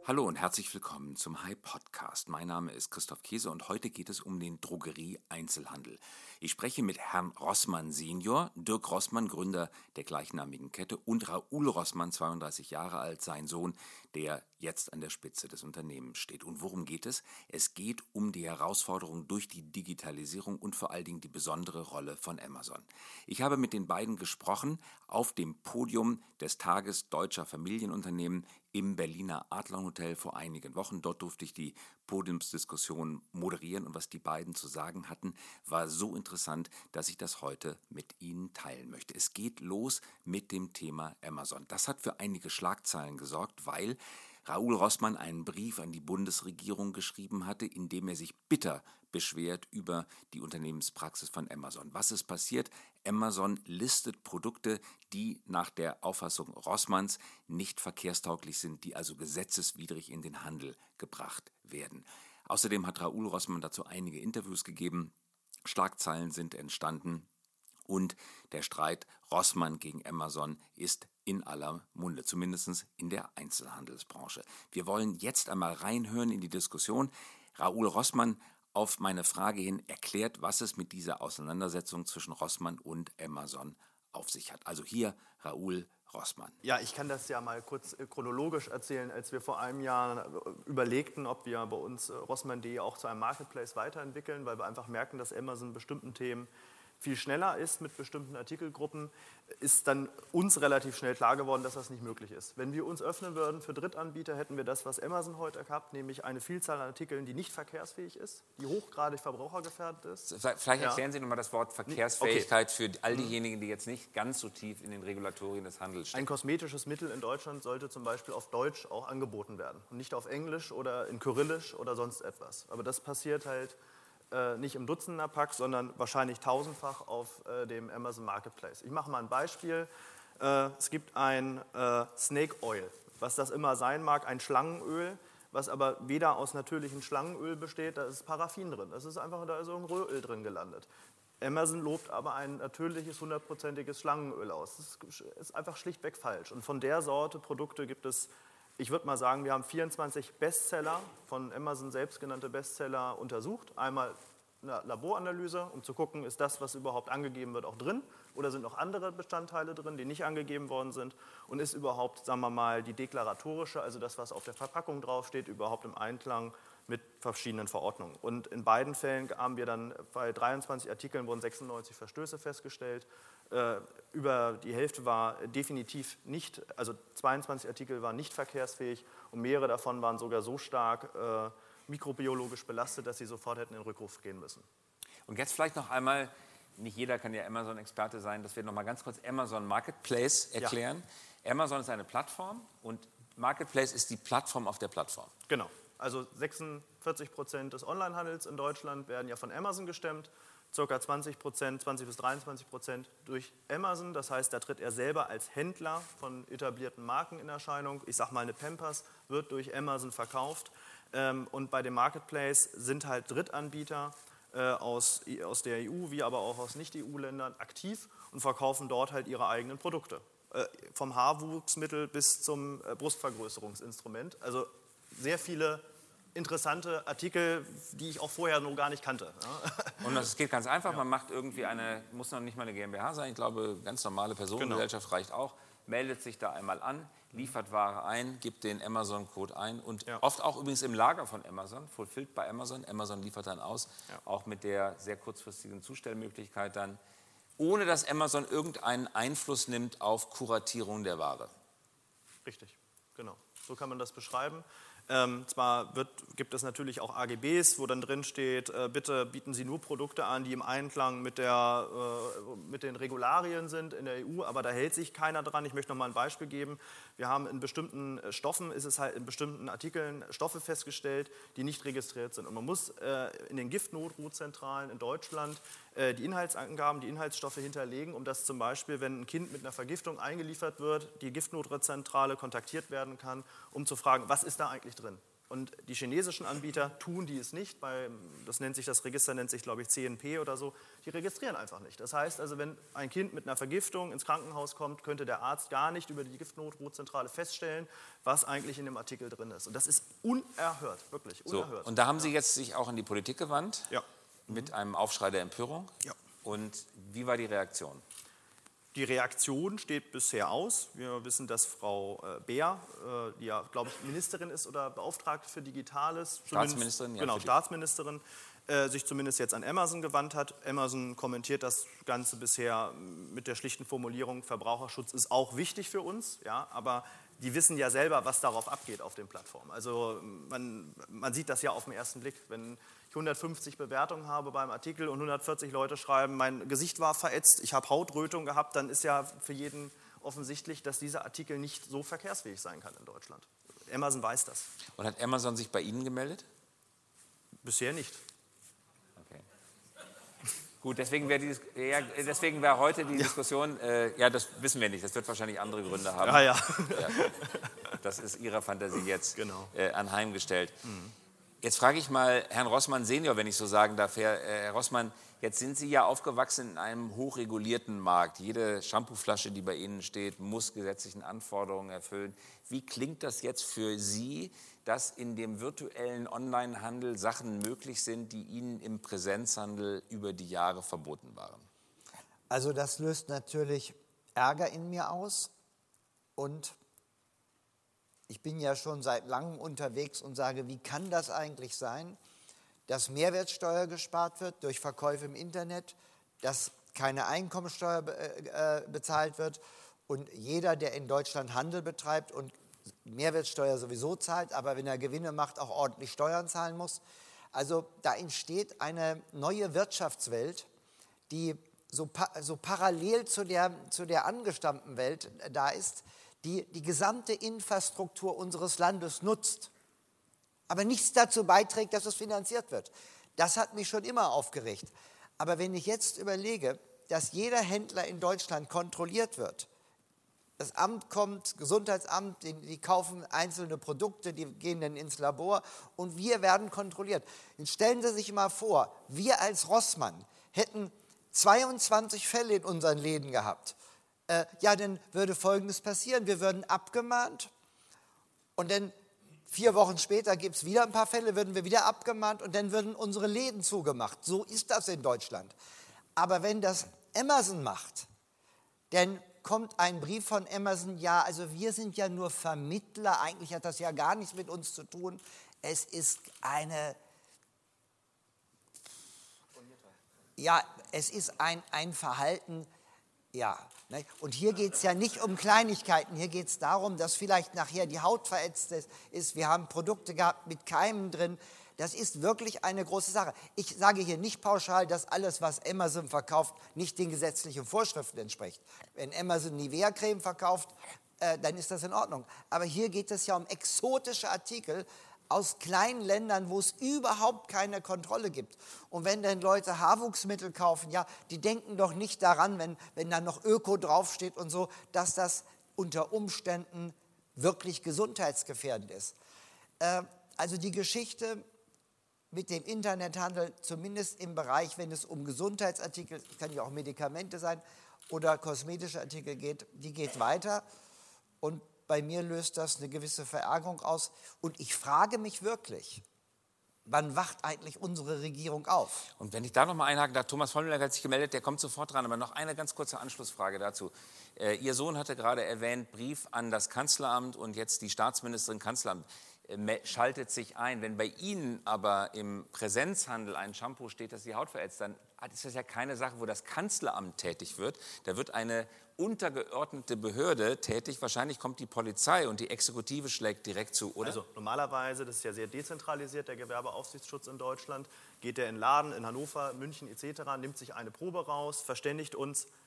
Hallo und herzlich willkommen zum Hi Podcast. Mein Name ist Christoph Käse und heute geht es um den Drogerie-Einzelhandel. Ich spreche mit Herrn Rossmann Senior, Dirk Rossmann, Gründer der gleichnamigen Kette, und Raoul Rossmann, 32 Jahre alt, sein Sohn, der jetzt an der Spitze des Unternehmens steht. Und worum geht es? Es geht um die Herausforderung durch die Digitalisierung und vor allen Dingen die besondere Rolle von Amazon. Ich habe mit den beiden gesprochen auf dem Podium des Tages Deutscher Familienunternehmen im Berliner Adlon-Hotel vor einigen Wochen. Dort durfte ich die Podiumsdiskussion moderieren und was die beiden zu sagen hatten, war so interessant, dass ich das heute mit Ihnen teilen möchte. Es geht los mit dem Thema Amazon. Das hat für einige Schlagzeilen gesorgt, weil Raoul Rossmann einen Brief an die Bundesregierung geschrieben hatte, in dem er sich bitter beschwert über die Unternehmenspraxis von Amazon. Was ist passiert? Amazon listet Produkte, die nach der Auffassung Rossmanns nicht verkehrstauglich sind, die also gesetzeswidrig in den Handel gebracht werden. Außerdem hat Raoul Rossmann dazu einige Interviews gegeben. Schlagzeilen sind entstanden. Und der Streit Rossmann gegen Amazon ist in aller Munde, zumindest in der Einzelhandelsbranche. Wir wollen jetzt einmal reinhören in die Diskussion. Raoul Rossmann auf meine Frage hin erklärt, was es mit dieser Auseinandersetzung zwischen Rossmann und Amazon auf sich hat. Also hier Raoul Rossmann. Ja, ich kann das ja mal kurz chronologisch erzählen. Als wir vor einem Jahr überlegten, ob wir bei uns Rossmann.de auch zu einem Marketplace weiterentwickeln, weil wir einfach merken, dass Amazon in bestimmten Themen viel schneller ist mit bestimmten Artikelgruppen, ist dann uns relativ schnell klar geworden, dass das nicht möglich ist. Wenn wir uns öffnen würden für Drittanbieter, hätten wir das, was Amazon heute hat, nämlich eine Vielzahl an Artikeln, die nicht verkehrsfähig ist, die hochgradig verbrauchergefährdet ist. Vielleicht erklären Sie nochmal das Wort Verkehrsfähigkeit für all diejenigen, die jetzt nicht ganz so tief in den Regulatorien des Handels stehen. Ein kosmetisches Mittel in Deutschland sollte zum Beispiel auf Deutsch auch angeboten werden und nicht auf Englisch oder in Kyrillisch oder sonst etwas. Aber das passiert halt nicht im Dutzender-Pack, sondern wahrscheinlich tausendfach auf dem Amazon Marketplace. Ich mache mal ein Beispiel. Es gibt ein Snake Oil, was das immer sein mag, ein Schlangenöl, was aber weder aus natürlichem Schlangenöl besteht, da ist Paraffin drin. Das ist einfach, da ist irgendein Röhröl drin gelandet. Amazon lobt aber ein natürliches, 100%iges Schlangenöl aus. Das ist einfach schlichtweg falsch. Und von der Sorte Produkte gibt es, ich würde mal sagen, wir haben 24 Bestseller, von Amazon selbst genannte Bestseller untersucht. Einmal eine Laboranalyse, um zu gucken, ist das, was überhaupt angegeben wird, auch drin? Oder sind noch andere Bestandteile drin, die nicht angegeben worden sind? Und ist überhaupt, sagen wir mal, die deklaratorische, also das, was auf der Verpackung draufsteht, überhaupt im Einklang mit verschiedenen Verordnungen? Und in beiden Fällen haben wir dann bei 23 Artikeln wurden 96 Verstöße festgestellt. Über die Hälfte war definitiv nicht, also 22 Artikel waren nicht verkehrsfähig und mehrere davon waren sogar so stark mikrobiologisch belastet, dass sie sofort hätten in den Rückruf gehen müssen. Und jetzt vielleicht noch einmal, nicht jeder kann ja Amazon-Experte sein, dass wir noch mal ganz kurz Amazon Marketplace erklären. Ja. Amazon ist eine Plattform und Marketplace ist die Plattform auf der Plattform. Genau, also 46% des Onlinehandels in Deutschland werden ja von Amazon gestemmt. Circa 20%, 20 bis 23% durch Amazon. Das heißt, da tritt er selber als Händler von etablierten Marken in Erscheinung. Ich sage mal, eine Pampers wird durch Amazon verkauft. Und bei dem Marketplace sind halt Drittanbieter aus der EU, wie aber auch aus Nicht-EU-Ländern aktiv und verkaufen dort halt ihre eigenen Produkte. Vom Haarwuchsmittel bis zum Brustvergrößerungsinstrument. Also sehr viele interessante Artikel, die ich auch vorher noch gar nicht kannte. Und es geht ganz einfach, man macht irgendwie muss noch nicht mal eine GmbH sein, ich glaube, ganz normale Personengesellschaft reicht auch, meldet sich da einmal an, liefert Ware ein, gibt den Amazon-Code ein und oft auch übrigens im Lager von Amazon, fulfilled bei Amazon, Amazon liefert dann aus, auch mit der sehr kurzfristigen Zustellmöglichkeit dann, ohne dass Amazon irgendeinen Einfluss nimmt auf Kuratierung der Ware. Richtig, genau, so kann man das beschreiben. Zwar gibt es natürlich auch AGBs, wo dann drin steht, bitte bieten Sie nur Produkte an, die im Einklang mit den Regularien sind in der EU, aber da hält sich keiner dran. Ich möchte noch mal ein Beispiel geben. Wir haben in bestimmten Stoffen, ist es halt in bestimmten Artikeln Stoffe festgestellt, die nicht registriert sind. Und man muss in den Giftnotrufzentralen in Deutschland die Inhaltsangaben, die Inhaltsstoffe hinterlegen, um dass zum Beispiel, wenn ein Kind mit einer Vergiftung eingeliefert wird, die Giftnotzentrale kontaktiert werden kann, um zu fragen, was ist da eigentlich drin? Und die chinesischen Anbieter tun die es nicht, das Register nennt sich, glaube ich, CNP oder so, die registrieren einfach nicht. Das heißt also, wenn ein Kind mit einer Vergiftung ins Krankenhaus kommt, könnte der Arzt gar nicht über die Giftnotruhezentrale feststellen, was eigentlich in dem Artikel drin ist. Und das ist unerhört, wirklich unerhört. So, und da haben Sie jetzt sich auch an die Politik gewandt, ja. Mit einem Aufschrei der Empörung. Ja. Und wie war die Reaktion? Die Reaktion steht bisher aus. Wir wissen, dass Frau Beer, die ja, glaube ich, Ministerin ist oder Beauftragte für Digitales, Staatsministerin, ja, genau, Staatsministerin, sich zumindest jetzt an Amazon gewandt hat. Amazon kommentiert das Ganze bisher mit der schlichten Formulierung, Verbraucherschutz ist auch wichtig für uns, ja, aber die wissen ja selber, was darauf abgeht auf den Plattformen. Also man sieht das ja auf den ersten Blick, wenn ich 150 Bewertungen habe beim Artikel und 140 Leute schreiben, mein Gesicht war verätzt, ich habe Hautrötung gehabt, dann ist ja für jeden offensichtlich, dass dieser Artikel nicht so verkehrsfähig sein kann in Deutschland. Amazon weiß das. Und hat Amazon sich bei Ihnen gemeldet? Bisher nicht. Okay. Gut, deswegen wäre heute die Diskussion, das wissen wir nicht, das wird wahrscheinlich andere Gründe haben. Ja. Das ist Ihrer Fantasie jetzt genau. Anheimgestellt. Jetzt frage ich mal Herrn Rossmann Senior, wenn ich so sagen darf. Herr Rossmann, jetzt sind Sie ja aufgewachsen in einem hochregulierten Markt. Jede Shampooflasche, die bei Ihnen steht, muss gesetzlichen Anforderungen erfüllen. Wie klingt das jetzt für Sie, dass in dem virtuellen Onlinehandel Sachen möglich sind, die Ihnen im Präsenzhandel über die Jahre verboten waren? Also das löst natürlich Ärger in mir aus und ich bin ja schon seit langem unterwegs und sage, wie kann das eigentlich sein, dass Mehrwertsteuer gespart wird durch Verkäufe im Internet, dass keine Einkommensteuer bezahlt wird und jeder, der in Deutschland Handel betreibt und Mehrwertsteuer sowieso zahlt, aber wenn er Gewinne macht, auch ordentlich Steuern zahlen muss. Also da entsteht eine neue Wirtschaftswelt, die so parallel zu der angestammten Welt da ist, die die gesamte Infrastruktur unseres Landes nutzt, aber nichts dazu beiträgt, dass es finanziert wird. Das hat mich schon immer aufgeregt. Aber wenn ich jetzt überlege, dass jeder Händler in Deutschland kontrolliert wird, das Amt kommt, Gesundheitsamt, die kaufen einzelne Produkte, die gehen dann ins Labor und wir werden kontrolliert. Jetzt stellen Sie sich mal vor, wir als Rossmann hätten 22 Fälle in unseren Läden gehabt. Dann würde Folgendes passieren. Wir würden abgemahnt und dann 4 Wochen später gibt es wieder ein paar Fälle, würden wir wieder abgemahnt und dann würden unsere Läden zugemacht. So ist das in Deutschland. Aber wenn das Amazon macht, dann kommt ein Brief von Amazon, ja, also wir sind ja nur Vermittler, eigentlich hat das ja gar nichts mit uns zu tun. Es ist ein Verhalten, ja. Und hier geht es ja nicht um Kleinigkeiten, hier geht es darum, dass vielleicht nachher die Haut verätzt ist. Wir haben Produkte gehabt mit Keimen drin. Das ist wirklich eine große Sache. Ich sage hier nicht pauschal, dass alles, was Amazon verkauft, nicht den gesetzlichen Vorschriften entspricht. Wenn Amazon Nivea-Creme verkauft, dann ist das in Ordnung. Aber hier geht es ja um exotische Artikel aus kleinen Ländern, wo es überhaupt keine Kontrolle gibt. Und wenn dann Leute Haarwuchsmittel kaufen, ja, die denken doch nicht daran, wenn da noch Öko draufsteht und so, dass das unter Umständen wirklich gesundheitsgefährdend ist. Also die Geschichte mit dem Internethandel, zumindest im Bereich, wenn es um Gesundheitsartikel, kann ja auch Medikamente sein, oder kosmetische Artikel geht, die geht weiter. Und bei mir löst das eine gewisse Verärgerung aus. Und ich frage mich wirklich, wann wacht eigentlich unsere Regierung auf? Und wenn ich da noch mal einhaken darf, Thomas Vollmüller hat sich gemeldet, der kommt sofort dran. Aber noch eine ganz kurze Anschlussfrage dazu. Ihr Sohn hatte gerade erwähnt, Brief an das Kanzleramt und jetzt die Staatsministerin Kanzleramt schaltet sich ein. Wenn bei Ihnen aber im Präsenzhandel ein Shampoo steht, das die Haut verätzt, dann ist das ja keine Sache, wo das Kanzleramt tätig wird. Da wird eine untergeordnete Behörde tätig. Wahrscheinlich kommt die Polizei und die Exekutive schlägt direkt zu, oder? Also normalerweise, das ist ja sehr dezentralisiert, der Gewerbeaufsichtsschutz in Deutschland, geht der in Laden in Hannover, München etc., nimmt sich eine Probe raus, verständigt uns,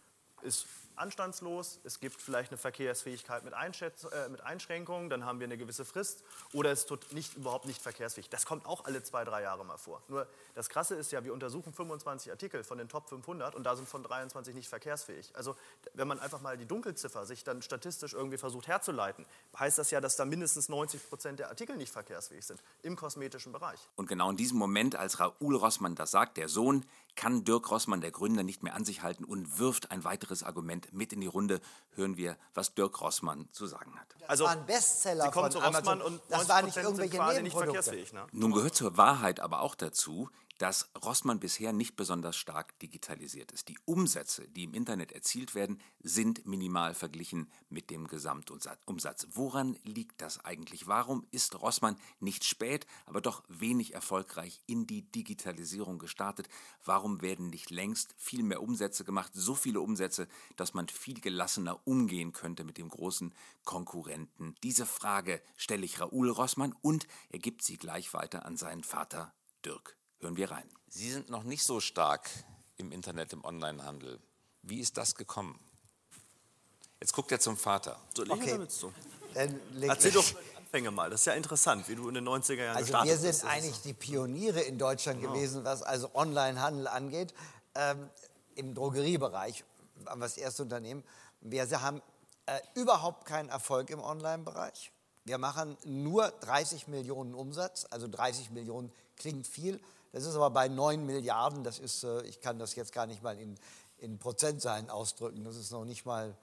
ist anstandslos, es gibt vielleicht eine Verkehrsfähigkeit mit Einschränkungen, dann haben wir eine gewisse Frist oder es ist überhaupt nicht verkehrsfähig. Das kommt auch alle 2-3 Jahre mal vor. Nur das Krasse ist ja, wir untersuchen 25 Artikel von den Top 500 und da sind von 23 nicht verkehrsfähig. Also wenn man einfach mal die Dunkelziffer sich dann statistisch irgendwie versucht herzuleiten, heißt das ja, dass da mindestens 90% der Artikel nicht verkehrsfähig sind im kosmetischen Bereich. Und genau in diesem Moment, als Raoul Rossmann das sagt, der Sohn, kann Dirk Rossmann, der Gründer, nicht mehr an sich halten und wirft ein weiteres Argument mit in die Runde. Hören wir, was Dirk Rossmann zu sagen hat. Das war ein Bestseller von Amazon. Und das war nicht 90% irgendwelche sind quasi nicht Nebenprodukte. verkehrsfähig. Ne? Nun gehört zur Wahrheit aber auch dazu, dass Rossmann bisher nicht besonders stark digitalisiert ist. Die Umsätze, die im Internet erzielt werden, sind minimal verglichen mit dem Gesamtumsatz. Woran liegt das eigentlich? Warum ist Rossmann nicht spät, aber doch wenig erfolgreich in die Digitalisierung gestartet? Warum werden nicht längst viel mehr Umsätze gemacht, so viele Umsätze, dass man viel gelassener umgehen könnte mit dem großen Konkurrenten? Diese Frage stelle ich Raoul Rossmann und er gibt sie gleich weiter an seinen Vater Dirk. Hören wir rein. Sie sind noch nicht so stark im Internet, im Onlinehandel. Wie ist das gekommen? Jetzt guckt er zum Vater. Soll ich Okay. damit so? Erzähl doch die Anfänge mal. Das ist ja interessant, wie du in den 90er Jahren Also gestartet wir bist. sind eigentlich die Pioniere in Deutschland gewesen, was also Onlinehandel angeht. Im Drogeriebereich waren wir das erste Unternehmen. Wir haben überhaupt keinen Erfolg im Online-Bereich. Wir machen nur 30 Millionen Umsatz, also 30 Millionen klingt viel. Das ist aber bei 9 Milliarden, das ist, ich kann das jetzt gar nicht mal in Prozentzahlen ausdrücken, das ist noch nicht mal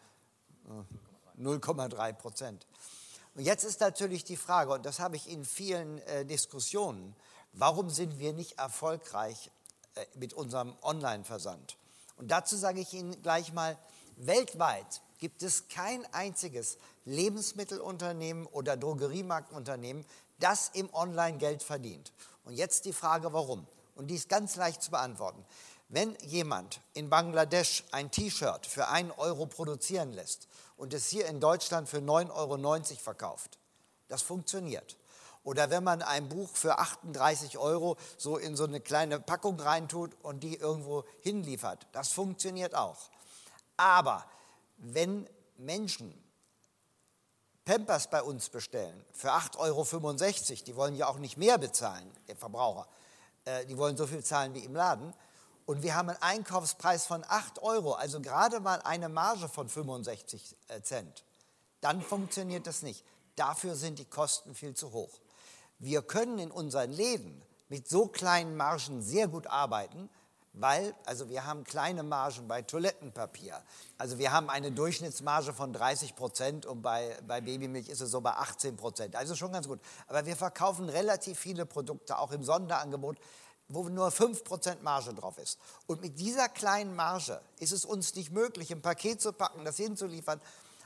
0,3%. Und jetzt ist natürlich die Frage, und das habe ich in vielen Diskussionen, warum sind wir nicht erfolgreich mit unserem Online-Versand? Und dazu sage ich Ihnen gleich mal, weltweit gibt es kein einziges Lebensmittelunternehmen oder Drogeriemarktunternehmen, das im Online Geld verdient. Und jetzt die Frage, warum? Und die ist ganz leicht zu beantworten. Wenn jemand in Bangladesch ein T-Shirt für 1 Euro produzieren lässt und es hier in Deutschland für 9,90 Euro verkauft, das funktioniert. Oder wenn man ein Buch für 38 Euro so in so eine kleine Packung reintut und die irgendwo hinliefert, das funktioniert auch. Aber wenn Menschen Pampers bei uns bestellen für 8,65 Euro, die wollen ja auch nicht mehr bezahlen, der Verbraucher, die wollen so viel zahlen wie im Laden, und wir haben einen Einkaufspreis von 8 Euro, also gerade mal eine Marge von 65 Cent, dann funktioniert das nicht. Dafür sind die Kosten viel zu hoch. Wir können in unseren Läden mit so kleinen Margen sehr gut arbeiten, weil, also wir haben kleine Margen bei Toilettenpapier. Also wir haben eine Durchschnittsmarge von 30% und bei Babymilch ist es so bei 18%. Also schon ganz gut. Aber wir verkaufen relativ viele Produkte, auch im Sonderangebot, wo nur 5% Marge drauf ist. Und mit dieser kleinen Marge ist es uns nicht möglich, ein Paket zu packen, das hinzuliefern.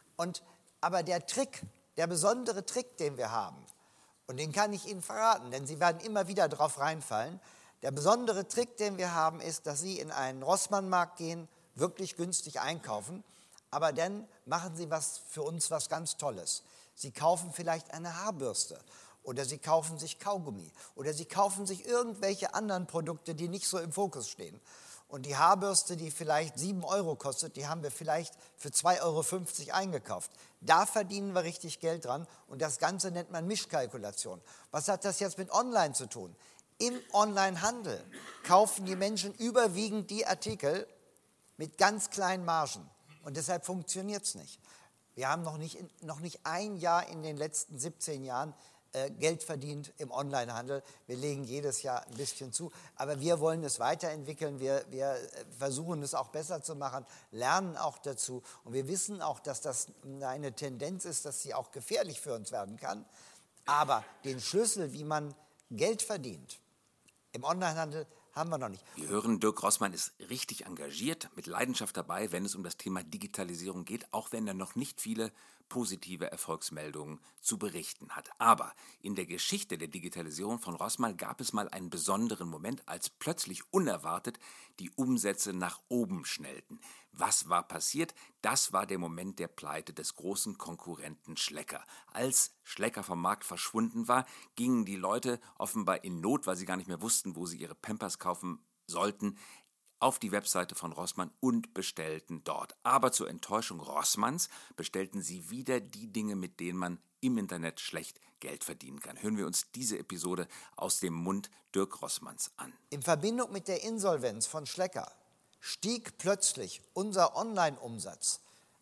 Aber der besondere Trick, den wir haben, und den kann ich Ihnen verraten, denn Sie werden immer wieder drauf reinfallen, der besondere Trick, den wir haben, ist, dass Sie in einen Rossmann-Markt gehen, wirklich günstig einkaufen, aber dann machen Sie für uns was ganz Tolles. Sie kaufen vielleicht eine Haarbürste oder Sie kaufen sich Kaugummi oder Sie kaufen sich irgendwelche anderen Produkte, die nicht so im Fokus stehen. Und die Haarbürste, die vielleicht 7 Euro kostet, die haben wir vielleicht für 2,50 Euro eingekauft. Da verdienen wir richtig Geld dran und das Ganze nennt man Mischkalkulation. Was hat das jetzt mit Online zu tun? Im Onlinehandel kaufen die Menschen überwiegend die Artikel mit ganz kleinen Margen. Und deshalb funktioniert es nicht. Wir haben noch nicht ein Jahr in den letzten 17 Jahren Geld verdient im Onlinehandel. Wir legen jedes Jahr ein bisschen zu. Aber wir wollen es weiterentwickeln. Wir versuchen es auch besser zu machen, lernen auch dazu. Und wir wissen auch, dass das eine Tendenz ist, dass sie auch gefährlich für uns werden kann. Aber den Schlüssel, wie man Geld verdient, im Onlinehandel haben wir noch nicht. Wir hören, Dirk Rossmann ist richtig engagiert, mit Leidenschaft dabei, wenn es um das Thema Digitalisierung geht, auch wenn er noch nicht viele positive Erfolgsmeldungen zu berichten hat. Aber in der Geschichte der Digitalisierung von Rossmann gab es mal einen besonderen Moment, als plötzlich unerwartet die Umsätze nach oben schnellten. Was war passiert? Das war der Moment der Pleite des großen Konkurrenten Schlecker. Als Schlecker vom Markt verschwunden war, gingen die Leute offenbar in Not, weil sie gar nicht mehr wussten, wo sie ihre Pampers kaufen sollten, auf die Webseite von Rossmann und bestellten dort. Aber zur Enttäuschung Rossmanns bestellten sie wieder die Dinge, mit denen man im Internet schlecht Geld verdienen kann. Hören wir uns diese Episode aus dem Mund Dirk Rossmanns an. In Verbindung mit der Insolvenz von Schlecker stieg plötzlich unser Online-Umsatz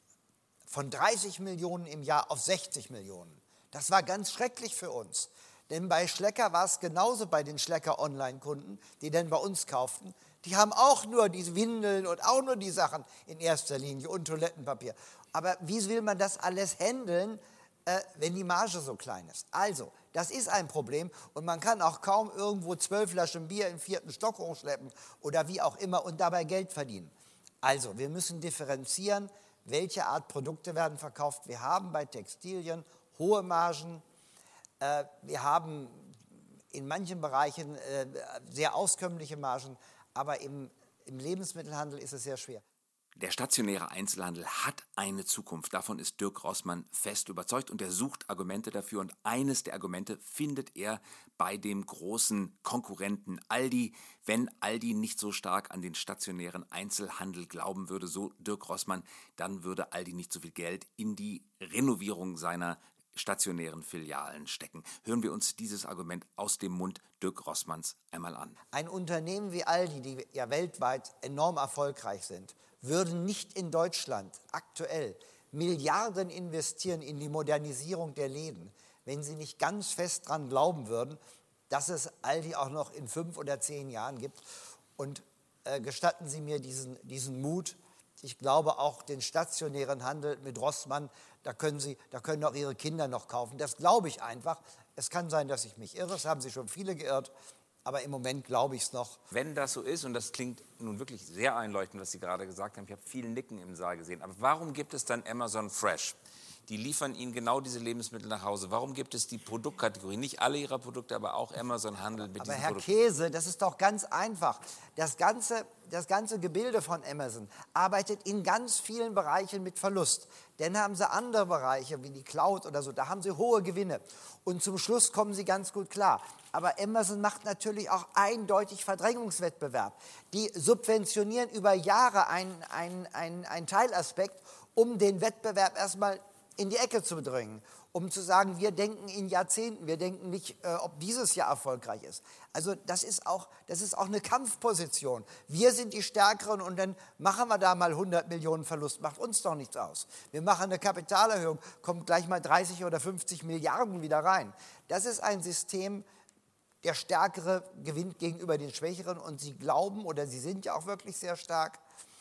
von 30 Millionen im Jahr auf 60 Millionen. Das war ganz schrecklich für uns. Denn bei Schlecker war es genauso bei den Schlecker-Online-Kunden, die dann bei uns kauften. Die haben auch nur diese Windeln und auch nur die Sachen in erster Linie und Toilettenpapier. Aber wie will man das alles handeln, wenn die Marge so klein ist? Also, das ist ein Problem und man kann auch kaum irgendwo 12 Flaschen Bier im 4. Stock hochschleppen oder wie auch immer und dabei Geld verdienen. Also, wir müssen differenzieren, welche Art Produkte werden verkauft. Wir haben bei Textilien hohe Margen, wir haben in manchen Bereichen sehr auskömmliche Margen, aber im Lebensmittelhandel ist es sehr schwer. Der stationäre Einzelhandel hat eine Zukunft. Davon ist Dirk Rossmann fest überzeugt und er sucht Argumente dafür. Und eines der Argumente findet er bei dem großen Konkurrenten Aldi. Wenn Aldi nicht so stark an den stationären Einzelhandel glauben würde, so Dirk Rossmann, dann würde Aldi nicht so viel Geld in die Renovierung seiner stationären Filialen stecken. Hören wir uns dieses Argument aus dem Mund Dirk Rossmanns einmal an. Ein Unternehmen wie Aldi, die ja weltweit enorm erfolgreich sind, würden nicht in Deutschland aktuell Milliarden investieren in die Modernisierung der Läden, wenn sie nicht ganz fest daran glauben würden, dass es Aldi auch noch in 5 oder 10 Jahren gibt. Und gestatten Sie mir diesen Mut. Ich glaube auch den stationären Handel mit Rossmann, da können auch Ihre Kinder noch kaufen. Das glaube ich einfach. Es kann sein, dass ich mich irre, es haben sich schon viele geirrt. Aber im Moment glaube ich es noch. Wenn das so ist, und das klingt nun wirklich sehr einleuchtend, was Sie gerade gesagt haben, ich habe viel Nicken im Saal gesehen, aber warum gibt es dann Amazon Fresh? Die liefern Ihnen genau diese Lebensmittel nach Hause. Warum gibt es die Produktkategorie? Nicht alle Ihrer Produkte, aber auch Amazon handelt mit aber diesen Herr Produkten. Käse, das ist doch ganz einfach. Das ganze Gebilde von Amazon arbeitet in ganz vielen Bereichen mit Verlust. Dann haben sie andere Bereiche, wie die Cloud oder so, da haben sie hohe Gewinne. Und zum Schluss kommen sie ganz gut klar. Aber Amazon macht natürlich auch eindeutig Verdrängungswettbewerb. Die subventionieren über Jahre einen Teilaspekt, um den Wettbewerb erstmal in die Ecke zu drängen, um zu sagen, wir denken in Jahrzehnten, wir denken nicht, ob dieses Jahr erfolgreich ist. Also das ist auch eine Kampfposition. Wir sind die Stärkeren und dann machen wir da mal 100 Millionen Verlust, macht uns doch nichts aus. Wir machen eine Kapitalerhöhung, kommt gleich mal 30 oder 50 Milliarden wieder rein. Das ist ein System, der Stärkere gewinnt gegenüber den Schwächeren und sie glauben, oder sie sind ja auch wirklich sehr stark,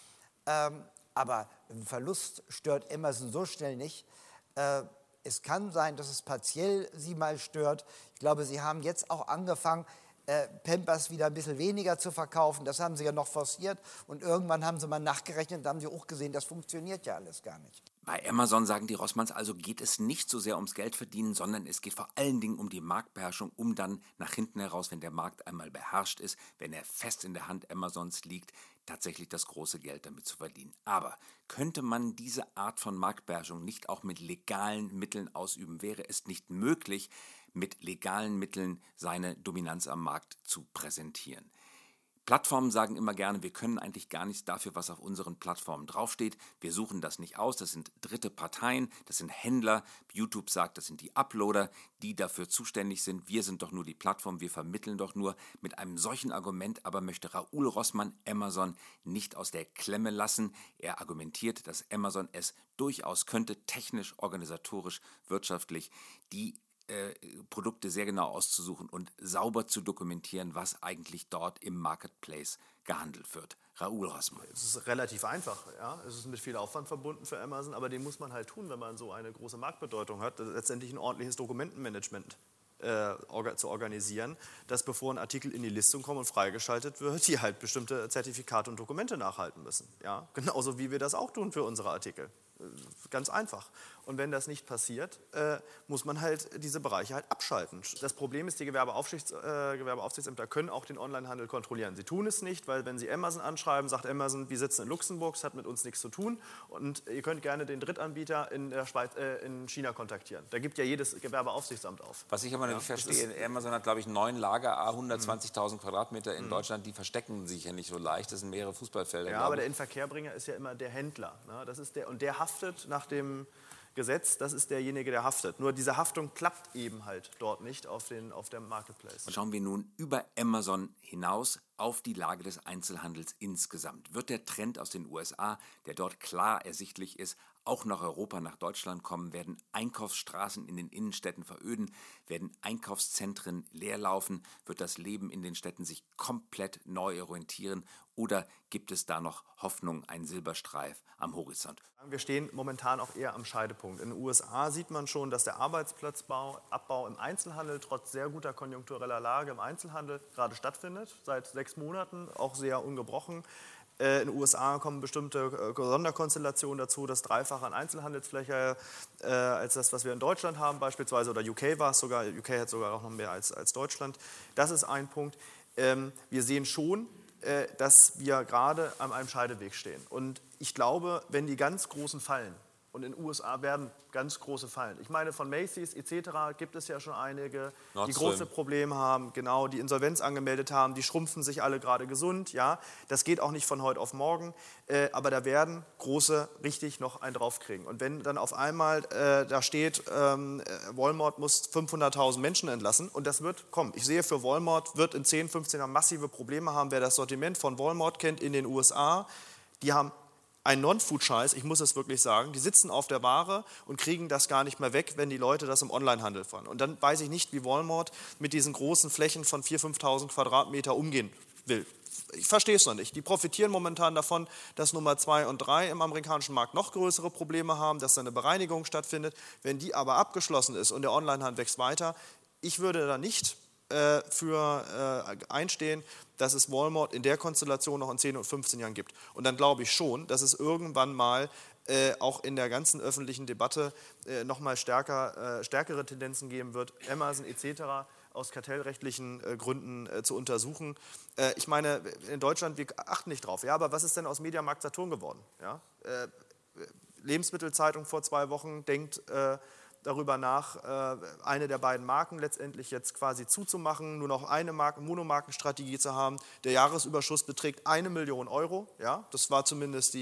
aber ein Verlust stört Amazon so schnell nicht. Es kann sein, dass es partiell sie mal stört. Ich glaube, sie haben jetzt auch angefangen, Pampers wieder ein bisschen weniger zu verkaufen. Das haben sie ja noch forciert und irgendwann haben sie mal nachgerechnet und haben sie auch gesehen, das funktioniert ja alles gar nicht. Bei Amazon, sagen die Rossmanns, also geht es nicht so sehr ums Geldverdienen, sondern es geht vor allen Dingen um die Marktbeherrschung, um dann nach hinten heraus, wenn der Markt einmal beherrscht ist, wenn er fest in der Hand Amazons liegt, tatsächlich das große Geld damit zu verdienen. Aber könnte man diese Art von Marktbeherrschung nicht auch mit legalen Mitteln ausüben? Wäre es nicht möglich, mit legalen Mitteln seine Dominanz am Markt zu präsentieren? Plattformen sagen immer gerne, wir können eigentlich gar nichts dafür, was auf unseren Plattformen draufsteht. Wir suchen das nicht aus, das sind dritte Parteien, das sind Händler. YouTube sagt, das sind die Uploader, die dafür zuständig sind. Wir sind doch nur die Plattform, wir vermitteln doch nur. Mit einem solchen Argument aber möchte Raoul Rossmann Amazon nicht aus der Klemme lassen. Er argumentiert, dass Amazon es durchaus könnte, technisch, organisatorisch, wirtschaftlich, die Produkte sehr genau auszusuchen und sauber zu dokumentieren, was eigentlich dort im Marketplace gehandelt wird. Raoul Rossmann. Es ist relativ einfach. Ja? Es ist mit viel Aufwand verbunden für Amazon, aber den muss man halt tun, wenn man so eine große Marktbedeutung hat, letztendlich ein ordentliches Dokumentenmanagement zu organisieren, dass bevor ein Artikel in die Listung kommt und freigeschaltet wird, die halt bestimmte Zertifikate und Dokumente nachhalten müssen. Ja? Genauso wie wir das auch tun für unsere Artikel. Ganz einfach. Und wenn das nicht passiert, muss man halt diese Bereiche halt abschalten. Das Problem ist, die Gewerbeaufsichtsämter können auch den Onlinehandel kontrollieren. Sie tun es nicht, weil wenn Sie Amazon anschreiben, sagt Amazon, wir sitzen in Luxemburg, es hat mit uns nichts zu tun und ihr könnt gerne den Drittanbieter in China kontaktieren. Da gibt ja jedes Gewerbeaufsichtsamt auf. Was ich aber nicht verstehe, Amazon hat, glaube ich, 9 Lager, 120.000 Quadratmeter in Deutschland, die verstecken sich ja nicht so leicht, das sind mehrere Fußballfelder. Ja, aber der Inverkehrbringer ist ja immer der Händler. Ne? Das ist und der haftet nach dem Gesetz, das ist derjenige, der haftet. Nur diese Haftung klappt eben halt dort nicht auf dem Marketplace. Und schauen wir nun über Amazon hinaus auf die Lage des Einzelhandels insgesamt. Wird der Trend aus den USA, der dort klar ersichtlich ist, auch nach Europa, nach Deutschland kommen? Werden Einkaufsstraßen in den Innenstädten veröden? Werden Einkaufszentren leerlaufen? Wird das Leben in den Städten sich komplett neu orientieren? Oder gibt es da noch Hoffnung, ein Silberstreif am Horizont? Wir stehen momentan auch eher am Scheidepunkt. In den USA sieht man schon, dass der Arbeitsplatzabau im Einzelhandel trotz sehr guter konjunktureller Lage im Einzelhandel gerade stattfindet, seit 6 Monaten, auch sehr ungebrochen. In den USA kommen bestimmte Sonderkonstellationen dazu, das Dreifache an Einzelhandelsfläche als das, was wir in Deutschland haben beispielsweise, oder UK war es sogar, UK hat sogar auch noch mehr als Deutschland. Das ist ein Punkt. Wir sehen schon, dass wir gerade an einem Scheideweg stehen. Und ich glaube, wenn die ganz Großen fallen, und in den USA werden ganz große fallen. Ich meine, von Macy's etc. gibt es ja schon einige, die große Probleme haben, genau, die Insolvenz angemeldet haben, die schrumpfen sich alle gerade gesund. Ja, das geht auch nicht von heute auf morgen, aber da werden große richtig noch einen draufkriegen. Und wenn dann auf einmal da steht, Walmart muss 500.000 Menschen entlassen und das wird kommen. Ich sehe, für Walmart wird in 10, 15 Jahren massive Probleme haben. Wer das Sortiment von Walmart kennt in den USA, die haben ein Non-Food-Scheiß, ich muss es wirklich sagen, die sitzen auf der Ware und kriegen das gar nicht mehr weg, wenn die Leute das im Onlinehandel fahren. Und dann weiß ich nicht, wie Walmart mit diesen großen Flächen von 4.000, 5.000 Quadratmeter umgehen will. Ich verstehe es noch nicht. Die profitieren momentan davon, dass Nummer 2 und 3 im amerikanischen Markt noch größere Probleme haben, dass da eine Bereinigung stattfindet. Wenn die aber abgeschlossen ist und der Onlinehandel wächst weiter, ich würde da nicht für einstehen, dass es Walmart in der Konstellation noch in 10 und 15 Jahren gibt. Und dann glaube ich schon, dass es irgendwann mal auch in der ganzen öffentlichen Debatte nochmal stärkere Tendenzen geben wird, Amazon etc. aus kartellrechtlichen Gründen zu untersuchen. Ich meine, in Deutschland, wir achten nicht drauf. Ja, aber was ist denn aus Mediamarkt Saturn geworden? Ja? Lebensmittelzeitung vor 2 Wochen denkt darüber nach, eine der beiden Marken letztendlich jetzt quasi zuzumachen, nur noch eine Monomarkenstrategie zu haben. Der Jahresüberschuss beträgt 1 Million Euro. Ja? Das war zumindest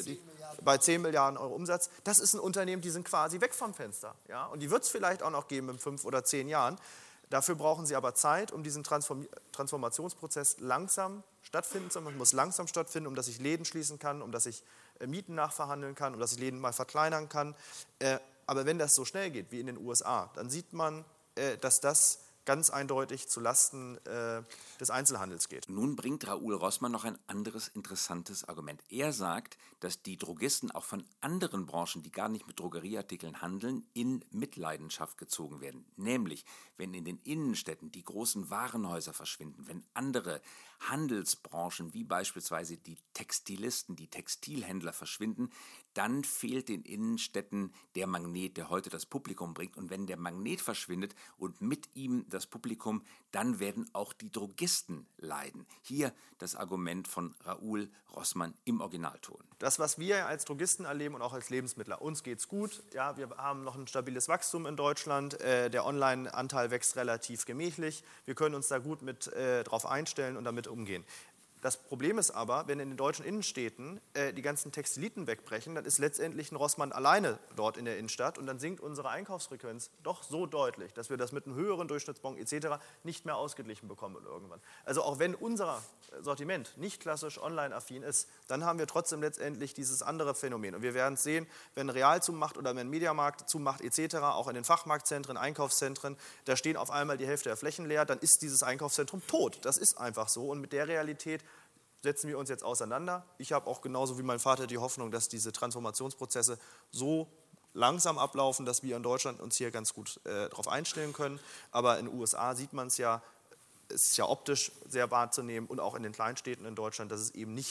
bei 10 Milliarden Euro Umsatz. Das ist ein Unternehmen, die sind quasi weg vom Fenster. Ja? Und die wird es vielleicht auch noch geben in 5 oder 10 Jahren. Dafür brauchen sie aber Zeit, um diesen Transformationsprozess langsam stattfinden zu lassen. Man muss langsam stattfinden, um dass ich Läden schließen kann, um dass ich Mieten nachverhandeln kann, um dass ich Läden mal verkleinern kann. Aber wenn das so schnell geht wie in den USA, dann sieht man, dass das ganz eindeutig zulasten des Einzelhandels geht. Nun bringt Raoul Rossmann noch ein anderes interessantes Argument. Er sagt, dass die Drogisten auch von anderen Branchen, die gar nicht mit Drogerieartikeln handeln, in Mitleidenschaft gezogen werden. Nämlich, wenn in den Innenstädten die großen Warenhäuser verschwinden, wenn andere Handelsbranchen wie beispielsweise die Textilisten, die Textilhändler verschwinden, dann fehlt den Innenstädten der Magnet, der heute das Publikum bringt. Und wenn der Magnet verschwindet und mit ihm das Publikum, dann werden auch die Drogisten leiden. Hier das Argument von Raoul Rossmann im Originalton. Das, was wir als Drogisten erleben und auch als Lebensmittler, uns geht's gut. Ja, wir haben noch ein stabiles Wachstum in Deutschland. Der Online-Anteil wächst relativ gemächlich. Wir können uns da gut mit drauf einstellen und damit umgehen. Das Problem ist aber, wenn in den deutschen Innenstädten die ganzen Textiliten wegbrechen, dann ist letztendlich ein Rossmann alleine dort in der Innenstadt und dann sinkt unsere Einkaufsfrequenz doch so deutlich, dass wir das mit einem höheren Durchschnittsbon etc. nicht mehr ausgeglichen bekommen irgendwann. Also auch wenn unser Sortiment nicht klassisch online-affin ist, dann haben wir trotzdem letztendlich dieses andere Phänomen. Und wir werden es sehen, wenn Real zumacht oder wenn Mediamarkt zumacht etc., auch in den Fachmarktzentren, Einkaufszentren, da stehen auf einmal die Hälfte der Flächen leer, dann ist dieses Einkaufszentrum tot. Das ist einfach so und mit der Realität setzen wir uns jetzt auseinander. Ich habe auch genauso wie mein Vater die Hoffnung, dass diese Transformationsprozesse so langsam ablaufen, dass wir in Deutschland uns hier ganz gut darauf einstellen können. Aber in den USA sieht man es ist ja optisch sehr wahrzunehmen und auch in den Kleinstädten in Deutschland, dass es eben nicht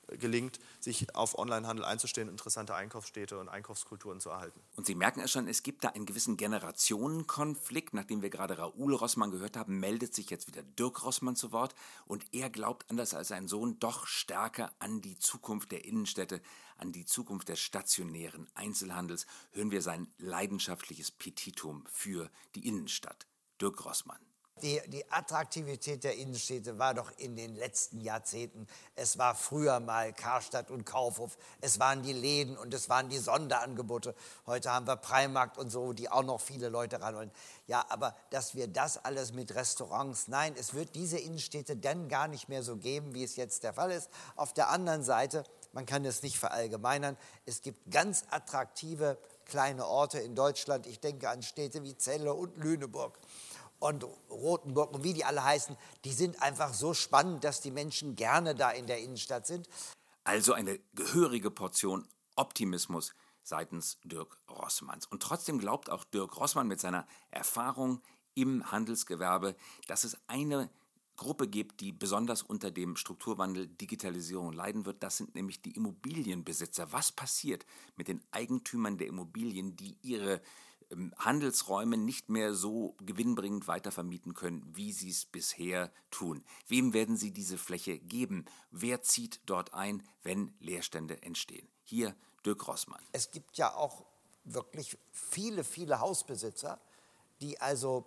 gelingt, sich auf Onlinehandel einzustellen, interessante Einkaufsstädte und Einkaufskulturen zu erhalten. Und Sie merken es schon, es gibt da einen gewissen Generationenkonflikt. Nachdem wir gerade Raoul Rossmann gehört haben, meldet sich jetzt wieder Dirk Rossmann zu Wort. Und er glaubt, anders als sein Sohn, doch stärker an die Zukunft der Innenstädte, an die Zukunft des stationären Einzelhandels. Hören wir sein leidenschaftliches Petitum für die Innenstadt. Dirk Rossmann. Die Attraktivität der Innenstädte war doch in den letzten Jahrzehnten, es war früher mal Karstadt und Kaufhof, es waren die Läden und es waren die Sonderangebote. Heute haben wir Primark und so, die auch noch viele Leute ranholen. Ja, aber dass wir das alles mit Restaurants, nein, es wird diese Innenstädte dann gar nicht mehr so geben, wie es jetzt der Fall ist. Auf der anderen Seite, man kann es nicht verallgemeinern, es gibt ganz attraktive kleine Orte in Deutschland. Ich denke an Städte wie Celle und Lüneburg und Rothenburg und wie die alle heißen, die sind einfach so spannend, dass die Menschen gerne da in der Innenstadt sind. Also eine gehörige Portion Optimismus seitens Dirk Rossmanns. Und trotzdem glaubt auch Dirk Rossmann mit seiner Erfahrung im Handelsgewerbe, dass es eine Gruppe gibt, die besonders unter dem Strukturwandel Digitalisierung leiden wird. Das sind nämlich die Immobilienbesitzer. Was passiert mit den Eigentümern der Immobilien, die ihre Handelsräume nicht mehr so gewinnbringend weitervermieten können, wie sie es bisher tun? Wem werden sie diese Fläche geben? Wer zieht dort ein, wenn Leerstände entstehen? Hier Dirk Rossmann. Es gibt ja auch wirklich viele, viele Hausbesitzer, die also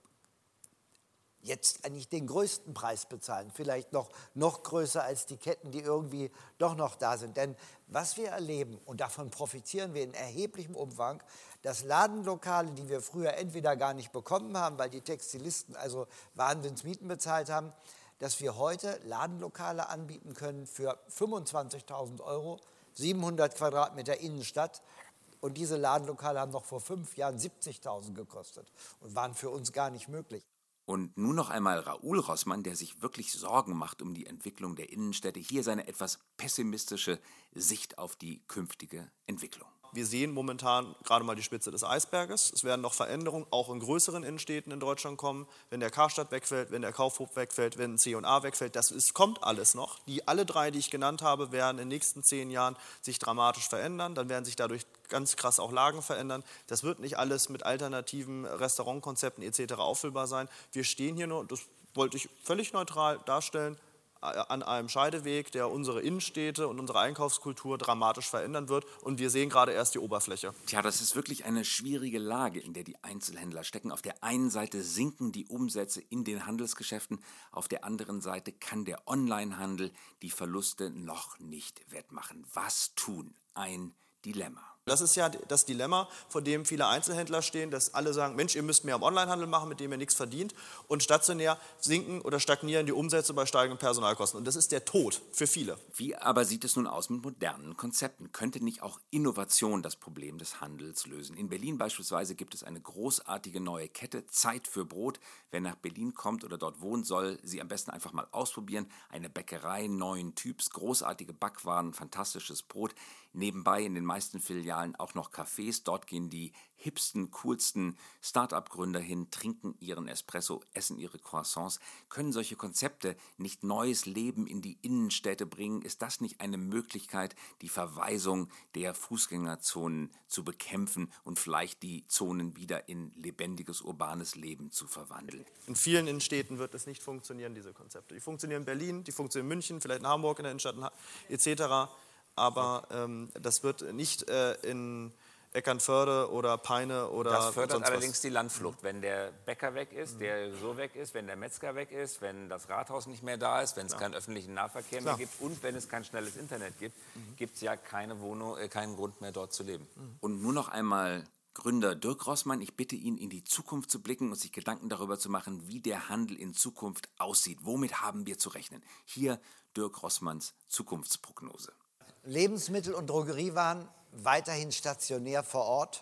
jetzt eigentlich den größten Preis bezahlen, vielleicht noch größer als die Ketten, die irgendwie doch noch da sind. Denn was wir erleben, und davon profitieren wir in erheblichem Umfang, dass Ladenlokale, die wir früher entweder gar nicht bekommen haben, weil die Textilisten also Wahnsinnsmieten bezahlt haben, dass wir heute Ladenlokale anbieten können für 25.000 €, 700 Quadratmeter Innenstadt. Und diese Ladenlokale haben noch vor 5 Jahren 70.000 gekostet und waren für uns gar nicht möglich. Und nun noch einmal Raoul Rossmann, der sich wirklich Sorgen macht um die Entwicklung der Innenstädte. Hier seine etwas pessimistische Sicht auf die künftige Entwicklung. Wir sehen momentan gerade mal die Spitze des Eisberges. Es werden noch Veränderungen auch in größeren Innenstädten in Deutschland kommen. Wenn der Karstadt wegfällt, wenn der Kaufhof wegfällt, wenn ein C&A wegfällt, kommt alles noch. Alle drei, die ich genannt habe, werden in den nächsten 10 Jahren sich dramatisch verändern. Dann werden sich dadurch ganz krass auch Lagen verändern. Das wird nicht alles mit alternativen Restaurantkonzepten etc. auffüllbar sein. Wir stehen hier nur, das wollte ich völlig neutral darstellen, an einem Scheideweg, der unsere Innenstädte und unsere Einkaufskultur dramatisch verändern wird. Und wir sehen gerade erst die Oberfläche. Tja, das ist wirklich eine schwierige Lage, in der die Einzelhändler stecken. Auf der einen Seite sinken die Umsätze in den Handelsgeschäften, auf der anderen Seite kann der Onlinehandel die Verluste noch nicht wettmachen. Was tun? Ein Dilemma. Das ist ja das Dilemma, vor dem viele Einzelhändler stehen, dass alle sagen, Mensch, ihr müsst mehr am Onlinehandel machen, mit dem ihr nichts verdient. Und stationär sinken oder stagnieren die Umsätze bei steigenden Personalkosten. Und das ist der Tod für viele. Wie aber sieht es nun aus mit modernen Konzepten? Könnte nicht auch Innovation das Problem des Handels lösen? In Berlin beispielsweise gibt es eine großartige neue Kette, Zeit für Brot. Wer nach Berlin kommt oder dort wohnen soll, sie am besten einfach mal ausprobieren. Eine Bäckerei neuen Typs, großartige Backwaren, fantastisches Brot. Nebenbei in den meisten Filialen auch noch Cafés. Dort gehen die hipsten, coolsten Start-up-Gründer hin, trinken ihren Espresso, essen ihre Croissants. Können solche Konzepte nicht neues Leben in die Innenstädte bringen? Ist das nicht eine Möglichkeit, die Verwaisung der Fußgängerzonen zu bekämpfen und vielleicht die Zonen wieder in lebendiges, urbanes Leben zu verwandeln? In vielen Innenstädten wird es nicht funktionieren, diese Konzepte. Die funktionieren in Berlin, die funktionieren in München, vielleicht in Hamburg in der Innenstadt etc., aber das wird nicht in Eckernförde oder Peine oder Das fördert sonst allerdings was. die Landflucht. Wenn der Bäcker weg ist, der so weg ist, wenn der Metzger weg ist, wenn das Rathaus nicht mehr da ist, wenn es keinen öffentlichen Nahverkehr mehr gibt und wenn es kein schnelles Internet gibt, gibt es ja keine Wohnung, keinen Grund mehr dort zu leben. Und nur noch einmal Gründer Dirk Rossmann, ich bitte ihn, in die Zukunft zu blicken und sich Gedanken darüber zu machen, wie der Handel in Zukunft aussieht. Womit haben wir zu rechnen? Hier Dirk Rossmanns Zukunftsprognose. Lebensmittel- und Drogeriewaren weiterhin stationär vor Ort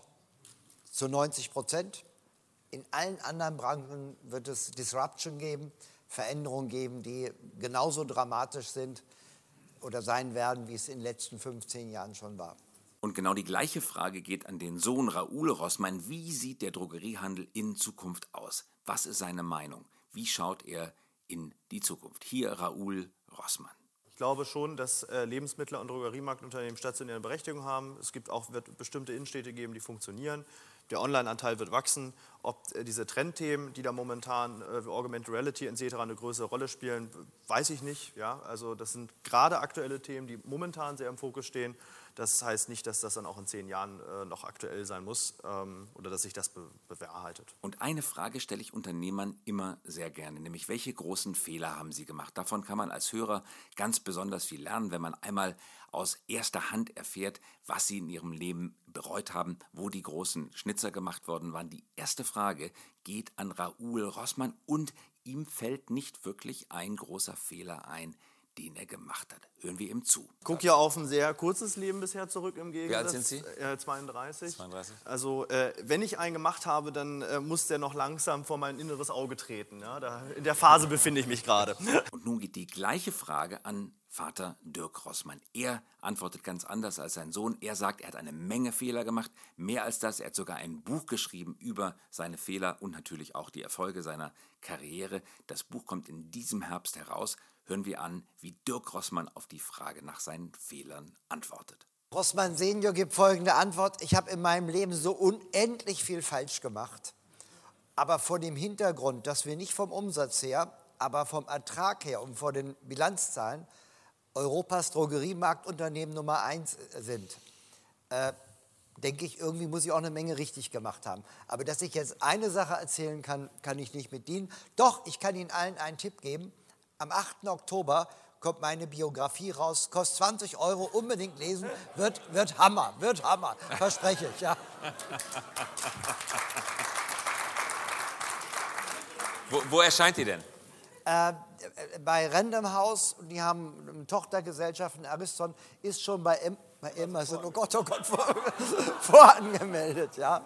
zu 90%. In allen anderen Branchen wird es Disruption geben, Veränderungen geben, die genauso dramatisch sind oder sein werden, wie es in den letzten 15 Jahren schon war. Und genau die gleiche Frage geht an den Sohn Raoul Rossmann. Wie sieht der Drogeriehandel in Zukunft aus? Was ist seine Meinung? Wie schaut er in die Zukunft? Hier Raoul Rossmann. Ich glaube schon, dass Lebensmittel- und Drogeriemarktunternehmen stationäre Berechtigung haben. Es wird bestimmte Innenstädte geben, die funktionieren. Der Online-Anteil wird wachsen. Ob diese Trendthemen, die da momentan Augmented Reality etc. eine größere Rolle spielen, weiß ich nicht. Ja? Also das sind gerade aktuelle Themen, die momentan sehr im Fokus stehen. Das heißt nicht, dass das dann auch in 10 Jahren noch aktuell sein muss oder dass sich das bewahrheitet. Und eine Frage stelle ich Unternehmern immer sehr gerne, nämlich welche großen Fehler haben sie gemacht? Davon kann man als Hörer ganz besonders viel lernen, wenn man einmal aus erster Hand erfährt, was sie in ihrem Leben bereut haben, wo die großen Schnitzer gemacht worden waren. Die erste Frage geht an Raoul Rossmann und ihm fällt nicht wirklich ein großer Fehler ein, den er gemacht hat. Hören wir ihm zu. Ich gucke ja auf ein sehr kurzes Leben bisher zurück im Gegensatz. Wie alt sind Sie? 32. 32. Also wenn ich einen gemacht habe, dann muss der noch langsam vor mein inneres Auge treten. Ja? In der Phase befinde ich mich gerade. Und nun geht die gleiche Frage an Vater Dirk Rossmann. Er antwortet ganz anders als sein Sohn. Er sagt, er hat eine Menge Fehler gemacht. Mehr als das, er hat sogar ein Buch geschrieben über seine Fehler und natürlich auch die Erfolge seiner Karriere. Das Buch kommt in diesem Herbst heraus. Hören wir an, wie Dirk Rossmann auf die Frage nach seinen Fehlern antwortet. Rossmann Senior gibt folgende Antwort: Ich habe in meinem Leben so unendlich viel falsch gemacht. Aber vor dem Hintergrund, dass wir nicht vom Umsatz her, aber vom Ertrag her und vor den Bilanzzahlen Europas Drogeriemarktunternehmen Nummer 1 sind, denke ich, irgendwie muss ich auch eine Menge richtig gemacht haben. Aber dass ich jetzt eine Sache erzählen kann, kann ich nicht mit dienen. Doch, ich kann Ihnen allen einen Tipp geben. Am 8. Oktober kommt meine Biografie raus, kostet 20 €, unbedingt lesen, wird Hammer, verspreche ich. Ja. Wo erscheint die denn? Bei Random House, die haben eine Tochtergesellschaft in Ariston, ist schon bei Amazon, oh Gott, vorangemeldet. Ja.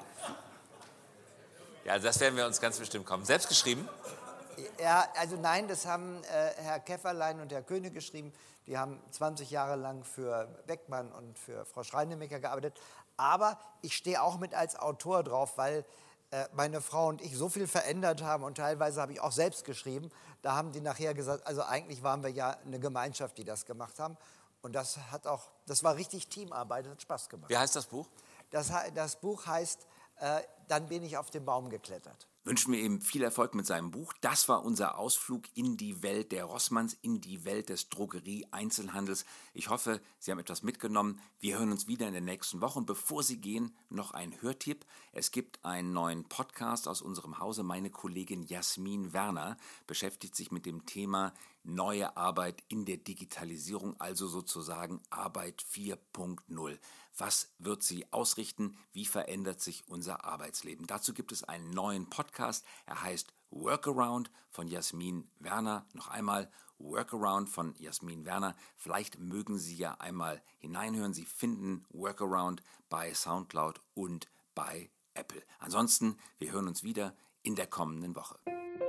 Ja, das werden wir uns ganz bestimmt kommen. Selbst geschrieben? Ja, also nein, das haben Herr Käfferlein und Herr König geschrieben. Die haben 20 Jahre lang für Beckmann und für Frau Schreinemecker gearbeitet. Aber ich stehe auch mit als Autor drauf, weil meine Frau und ich so viel verändert haben und teilweise habe ich auch selbst geschrieben. Da haben die nachher gesagt, also eigentlich waren wir ja eine Gemeinschaft, die das gemacht haben. Und das war richtig Teamarbeit, hat Spaß gemacht. Wie heißt das Buch? Das Buch heißt, Dann bin ich auf den Baum geklettert. Wünschen wir ihm viel Erfolg mit seinem Buch. Das war unser Ausflug in die Welt der Rossmanns, in die Welt des Drogerie-Einzelhandels. Ich hoffe, Sie haben etwas mitgenommen. Wir hören uns wieder in der nächsten Woche. Und bevor Sie gehen, noch ein Hörtipp. Es gibt einen neuen Podcast aus unserem Hause. Meine Kollegin Jasmin Werner beschäftigt sich mit dem Thema neue Arbeit in der Digitalisierung, also sozusagen Arbeit 4.0. Was wird sie ausrichten? Wie verändert sich unser Arbeitsleben? Dazu gibt es einen neuen Podcast. Er heißt Workaround von Jasmin Werner. Noch einmal Workaround von Jasmin Werner. Vielleicht mögen Sie ja einmal hineinhören. Sie finden Workaround bei SoundCloud und bei Apple. Ansonsten, wir hören uns wieder in der kommenden Woche.